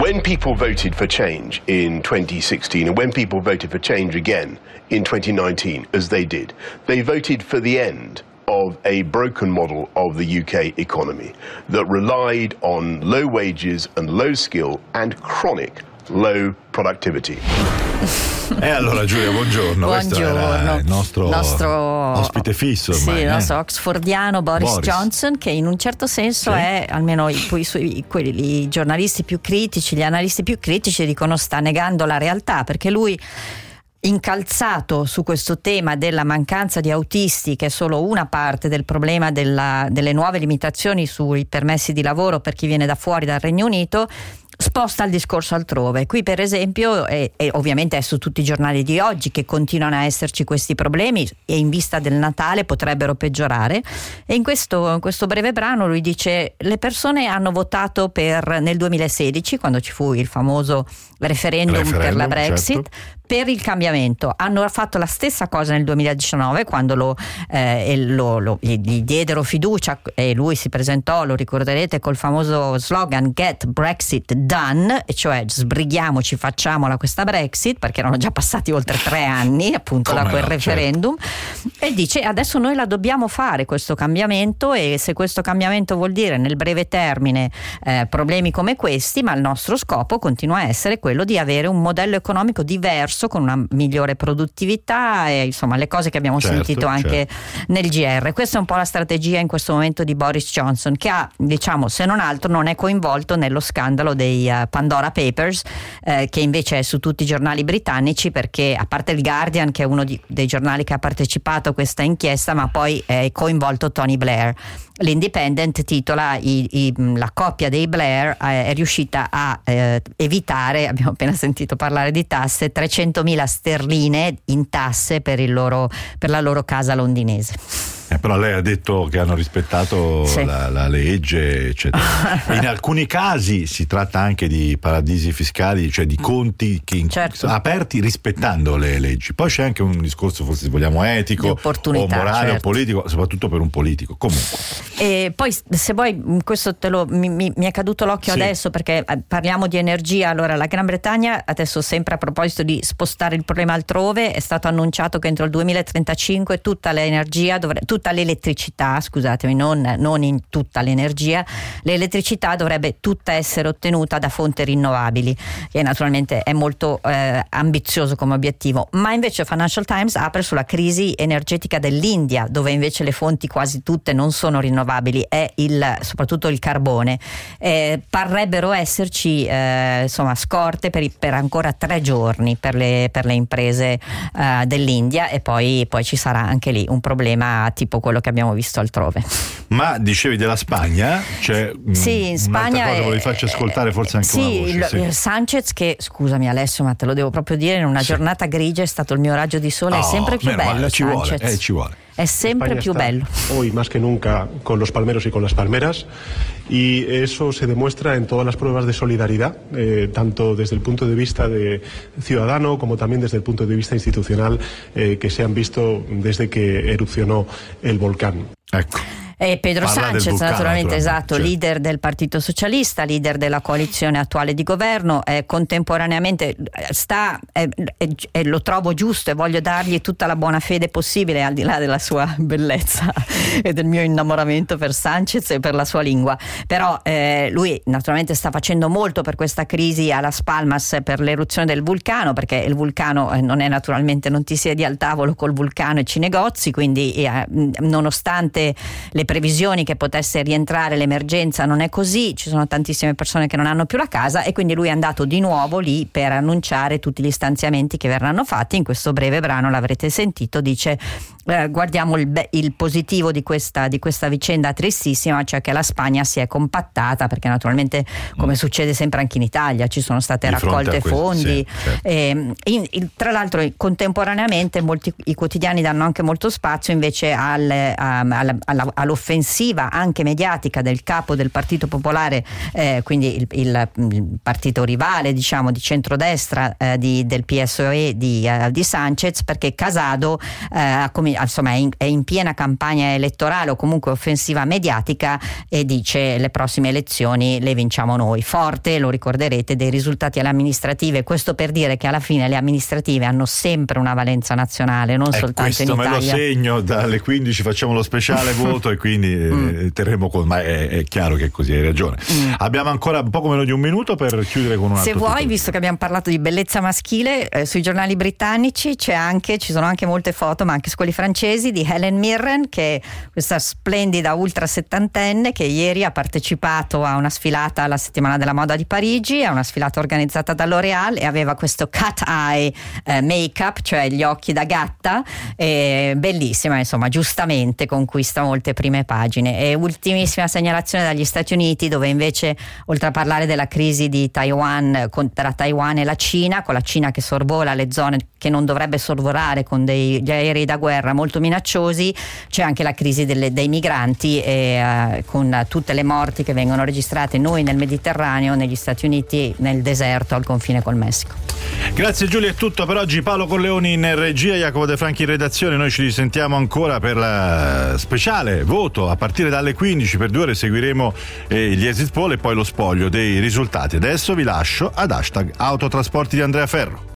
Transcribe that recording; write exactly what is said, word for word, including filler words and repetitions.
when people voted for change in twenty sixteen and when people voted for change again in twenty nineteen, as they did, they voted for the end of a broken model of the U K economy that relied on low wages and low skill and chronic low productivity. E allora Giulia, buongiorno. Buongiorno. Questo era il nostro, nostro ospite fisso ormai, sì, il eh? nostro oxfordiano Boris, Boris Johnson, che in un certo senso sì. è, almeno i, i, i, quelli, i giornalisti più critici, gli analisti più critici dicono sta negando la realtà, perché lui, incalzato su questo tema della mancanza di autisti, che è solo una parte del problema della, delle nuove limitazioni sui permessi di lavoro per chi viene da fuori dal Regno Unito, sposta il discorso altrove. Qui per esempio, e, e ovviamente è su tutti i giornali di oggi che continuano a esserci questi problemi e in vista del Natale potrebbero peggiorare, e in questo, in questo breve brano lui dice: le persone hanno votato per nel duemilasedici, quando ci fu il famoso referendum, referendum per la Brexit, certo. per il cambiamento. Hanno fatto la stessa cosa nel duemiladiciannove, quando lo, eh, lo, lo, gli, gli diedero fiducia e lui si presentò, lo ricorderete, col famoso slogan Get Brexit Done, e cioè sbrighiamoci, facciamola questa Brexit, perché erano già passati oltre tre anni appunto Come da quel no, referendum, certo. E dice adesso noi la dobbiamo fare questo cambiamento, e se questo cambiamento vuol dire nel breve termine eh, problemi come questi, ma il nostro scopo continua a essere quello di avere un modello economico diverso, con una migliore produttività e insomma le cose che abbiamo certo, sentito anche certo. nel G R. Questa è un po' la strategia in questo momento di Boris Johnson, che ha, diciamo, se non altro non è coinvolto nello scandalo dei uh, Pandora Papers, eh, che invece è su tutti i giornali britannici, perché a parte il Guardian, che è uno di, dei giornali che ha partecipato a questa inchiesta, ma poi è coinvolto Tony Blair. L'Independent titola i, i, la coppia dei Blair eh, è riuscita a eh, evitare, abbiamo appena sentito parlare di tasse, trecentomila sterline in tasse per, il loro, per la loro casa londinese. Eh, però lei ha detto che hanno rispettato sì. la, la legge, eccetera. In alcuni casi si tratta anche di paradisi fiscali, cioè di conti che in, certo. aperti rispettando le leggi. Poi c'è anche un discorso, forse se vogliamo, etico o morale, certo. o politico, soprattutto per un politico. Comunque. E poi, se vuoi, questo te lo, mi, mi, mi è caduto l'occhio sì. adesso, perché parliamo di energia. Allora, la Gran Bretagna, adesso sempre a proposito di spostare il problema altrove, è stato annunciato che entro il duemilatrentacinque tutta l'energia dovrebbe tutta l'elettricità, scusatemi, non, non in tutta l'energia, l'elettricità dovrebbe tutta essere ottenuta da fonti rinnovabili, che naturalmente è molto eh, ambizioso come obiettivo. Ma invece Financial Times apre sulla crisi energetica dell'India, dove invece le fonti quasi tutte non sono rinnovabili, è il, soprattutto il carbone. Eh, parrebbero esserci eh, insomma scorte per, per ancora tre giorni per le, per le imprese eh, dell'India, e poi, poi ci sarà anche lì un problema tipo quello che abbiamo visto altrove. Ma dicevi della Spagna? C'è sì, in Spagna cosa, volevi farci ascoltare forse anche sì, una voce. Il, sì, il Sanchez, che scusami Alessio, ma te lo devo proprio dire, in una sì. giornata grigia è stato il mio raggio di sole, oh, è sempre più bello male, ci Sanchez. Vuole, eh, ci vuole. Es siempre España più bello. Hoy más que nunca con los palmeros y con las palmeras, y eso se demuestra en todas las pruebas de solidaridad, eh, tanto desde el punto de vista de ciudadano como también desde el punto de vista institucional, eh, que se han visto desde que erupcionó el volcán. Ecco. E Pedro Parla Sánchez, vulcano, naturalmente, esatto, certo. leader del Partito Socialista, leader della coalizione attuale di governo, eh, contemporaneamente sta, eh, eh, eh, lo trovo giusto e voglio dargli tutta la buona fede possibile, al di là della sua bellezza e del mio innamoramento per Sánchez e per la sua lingua, però eh, lui naturalmente sta facendo molto per questa crisi a Las Palmas, per l'eruzione del vulcano, perché il vulcano eh, non è naturalmente, non ti siedi al tavolo col vulcano e ci negozi, quindi eh, nonostante le previsioni che potesse rientrare l'emergenza, non è così, ci sono tantissime persone che non hanno più la casa, e quindi lui è andato di nuovo lì per annunciare tutti gli stanziamenti che verranno fatti. In questo breve brano, l'avrete sentito, dice eh, guardiamo il, be- il positivo di questa, di questa vicenda tristissima, cioè che la Spagna si è compattata, perché naturalmente, come mm. succede sempre anche in Italia, ci sono state di raccolte questo, fondi, sì, certo. e, in, in, tra l'altro contemporaneamente molti i quotidiani danno anche molto spazio invece al, a, alla, alla, allo l'offensiva anche mediatica del capo del Partito Popolare, eh, quindi il, il, il partito rivale, diciamo, di centrodestra eh, di, del P S O E di, uh, di Sanchez, perché Casado eh, com- insomma, è in, è in piena campagna elettorale o comunque offensiva mediatica e dice: le prossime elezioni le vinciamo noi. Forte, lo ricorderete, dei risultati alle amministrative. Questo per dire che alla fine le amministrative hanno sempre una valenza nazionale, non eh, soltanto in Italia. Questo me lo segno, dalle quindici facciamo lo speciale voto e quindi mm. eh, terremo con, ma è, è chiaro che così, hai ragione. Mm. Abbiamo ancora un poco meno di un minuto per chiudere con un altro. Se vuoi, titolo. Visto che abbiamo parlato di bellezza maschile, eh, sui giornali britannici c'è anche, ci sono anche molte foto, ma anche su quelli francesi, di Helen Mirren, che è questa splendida ultra settantenne che ieri ha partecipato a una sfilata alla Settimana della Moda di Parigi, a una sfilata organizzata da L'Oréal, e aveva questo cat eye eh, make-up, cioè gli occhi da gatta, eh, bellissima, insomma, giustamente conquista molte prime pagine. E ultimissima segnalazione dagli Stati Uniti, dove invece, oltre a parlare della crisi di Taiwan, con, tra Taiwan e la Cina, con la Cina che sorvola le zone che non dovrebbe sorvolare con degli aerei da guerra molto minacciosi, c'è anche la crisi delle, dei migranti, e, uh, con tutte le morti che vengono registrate noi nel Mediterraneo, negli Stati Uniti, nel deserto al confine col Messico. Grazie Giulia, è tutto per oggi. Paolo Corleoni in regia, Jacopo De Franchi in redazione. Noi ci risentiamo ancora per la speciale voto a partire dalle quindici. Per due ore seguiremo eh, gli exit poll e poi lo spoglio dei risultati. Adesso vi lascio ad hashtag Autotrasporti di Andrea Ferro.